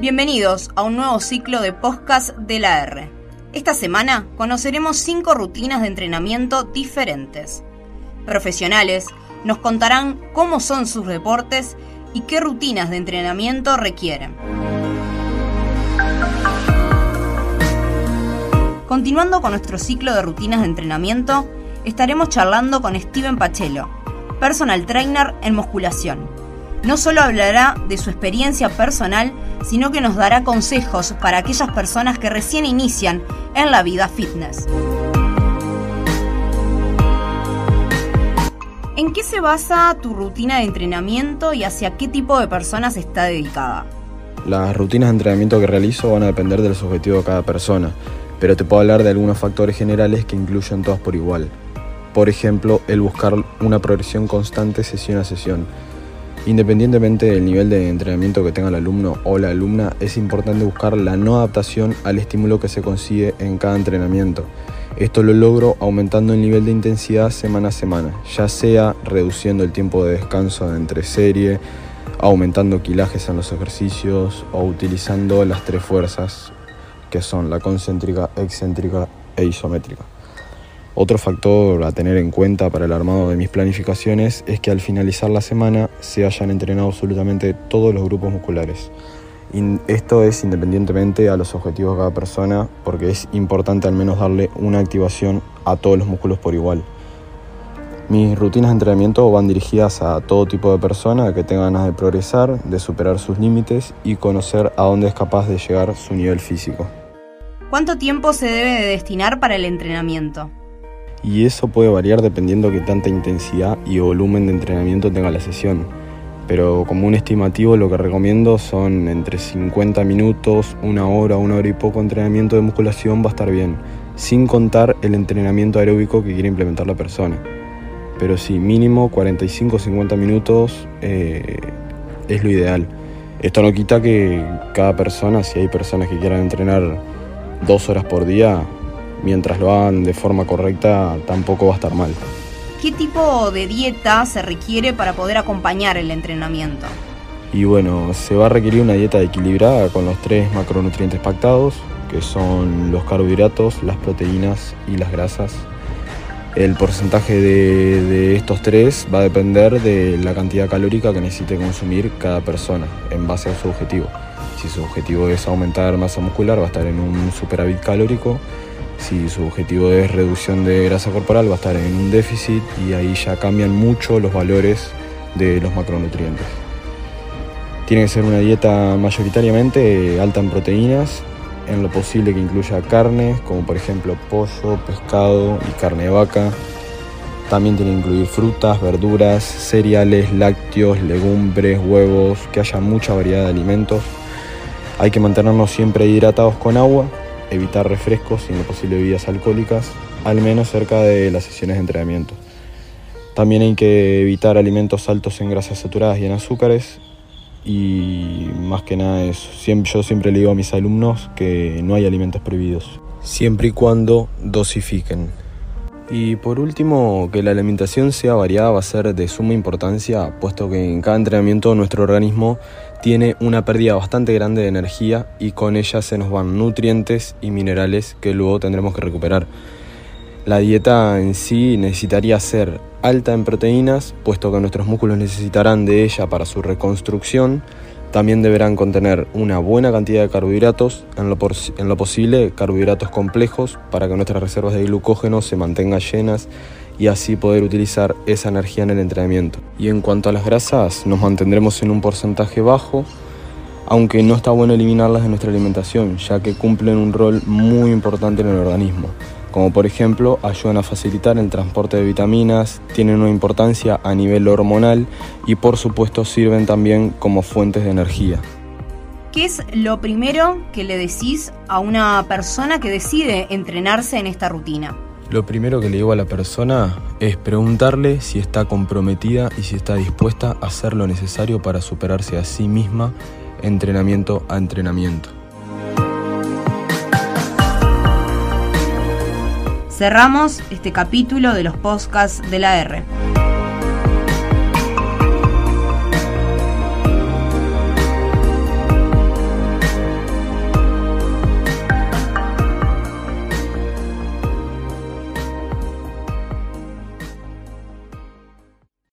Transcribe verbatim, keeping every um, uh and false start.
Bienvenidos a un nuevo ciclo de podcast de la R. Esta semana conoceremos cinco rutinas de entrenamiento diferentes. Profesionales nos contarán cómo son sus deportes y qué rutinas de entrenamiento requieren. Continuando con nuestro ciclo de rutinas de entrenamiento, estaremos charlando con Steven Pachelo, personal trainer en musculación. No solo hablará de su experiencia personal, sino que nos dará consejos para aquellas personas que recién inician en la vida fitness. ¿En qué se basa tu rutina de entrenamiento y hacia qué tipo de personas está dedicada? Las rutinas de entrenamiento que realizo van a depender de los objetivos de cada persona, pero te puedo hablar de algunos factores generales que incluyen todas por igual. Por ejemplo, el buscar una progresión constante sesión a sesión. Independientemente del nivel de entrenamiento que tenga el alumno o la alumna, es importante buscar la no adaptación al estímulo que se consigue en cada entrenamiento. Esto lo logro aumentando el nivel de intensidad semana a semana, ya sea reduciendo el tiempo de descanso entre serie, aumentando kilajes en los ejercicios o utilizando las tres fuerzas, que son la concéntrica, excéntrica e isométrica. Otro factor a tener en cuenta para el armado de mis planificaciones es que al finalizar la semana se hayan entrenado absolutamente todos los grupos musculares. Esto es independientemente a los objetivos de cada persona, porque es importante al menos darle una activación a todos los músculos por igual. Mis rutinas de entrenamiento van dirigidas a todo tipo de persona que tenga ganas de progresar, de superar sus límites y conocer a dónde es capaz de llegar su nivel físico. ¿Cuánto tiempo se debe de destinar para el entrenamiento? Y eso puede variar dependiendo de qué tanta intensidad y volumen de entrenamiento tenga la sesión. Pero como un estimativo lo que recomiendo son entre cincuenta minutos, una hora, una hora y poco de entrenamiento de musculación va a estar bien, sin contar el entrenamiento aeróbico que quiere implementar la persona. Pero sí, mínimo cuarenta y cinco a cincuenta minutos eh, es lo ideal. Esto no quita que cada persona, si hay personas que quieran entrenar dos horas por día, mientras lo hagan de forma correcta, tampoco va a estar mal. ¿Qué tipo de dieta se requiere para poder acompañar el entrenamiento? Y bueno, se va a requerir una dieta equilibrada con los tres macronutrientes pactados, que son los carbohidratos, las proteínas y las grasas. El porcentaje de, de estos tres va a depender de la cantidad calórica que necesite consumir cada persona en base a su objetivo. Si su objetivo es aumentar masa muscular, va a estar en un superávit calórico. Si su objetivo es reducción de grasa corporal, va a estar en un déficit y ahí ya cambian mucho los valores de los macronutrientes. Tiene que ser una dieta mayoritariamente alta en proteínas, en lo posible que incluya carnes, como por ejemplo pollo, pescado y carne de vaca. También tiene que incluir frutas, verduras, cereales, lácteos, legumbres, huevos, que haya mucha variedad de alimentos. Hay que mantenernos siempre hidratados con agua, evitar refrescos y en lo posible bebidas alcohólicas, al menos cerca de las sesiones de entrenamiento. También hay que evitar alimentos altos en grasas saturadas y en azúcares, y más que nada eso. Siempre, yo siempre le digo a mis alumnos que no hay alimentos prohibidos, siempre y cuando dosifiquen. Y por último, que la alimentación sea variada va a ser de suma importancia, puesto que en cada entrenamiento nuestro organismo tiene una pérdida bastante grande de energía y con ella se nos van nutrientes y minerales que luego tendremos que recuperar. La dieta en sí necesitaría ser alta en proteínas, puesto que nuestros músculos necesitarán de ella para su reconstrucción. También deberán contener una buena cantidad de carbohidratos, en lo, por, en lo posible carbohidratos complejos, para que nuestras reservas de glucógeno se mantengan llenas y así poder utilizar esa energía en el entrenamiento. Y en cuanto a las grasas, nos mantendremos en un porcentaje bajo, aunque no está bueno eliminarlas de nuestra alimentación, ya que cumplen un rol muy importante en el organismo, como por ejemplo ayudan a facilitar el transporte de vitaminas, tienen una importancia a nivel hormonal y por supuesto sirven también como fuentes de energía. ¿Qué es lo primero que le decís a una persona que decide entrenarse en esta rutina? Lo primero que le digo a la persona es preguntarle si está comprometida y si está dispuesta a hacer lo necesario para superarse a sí misma entrenamiento a entrenamiento. Cerramos este capítulo de los podcasts de la R.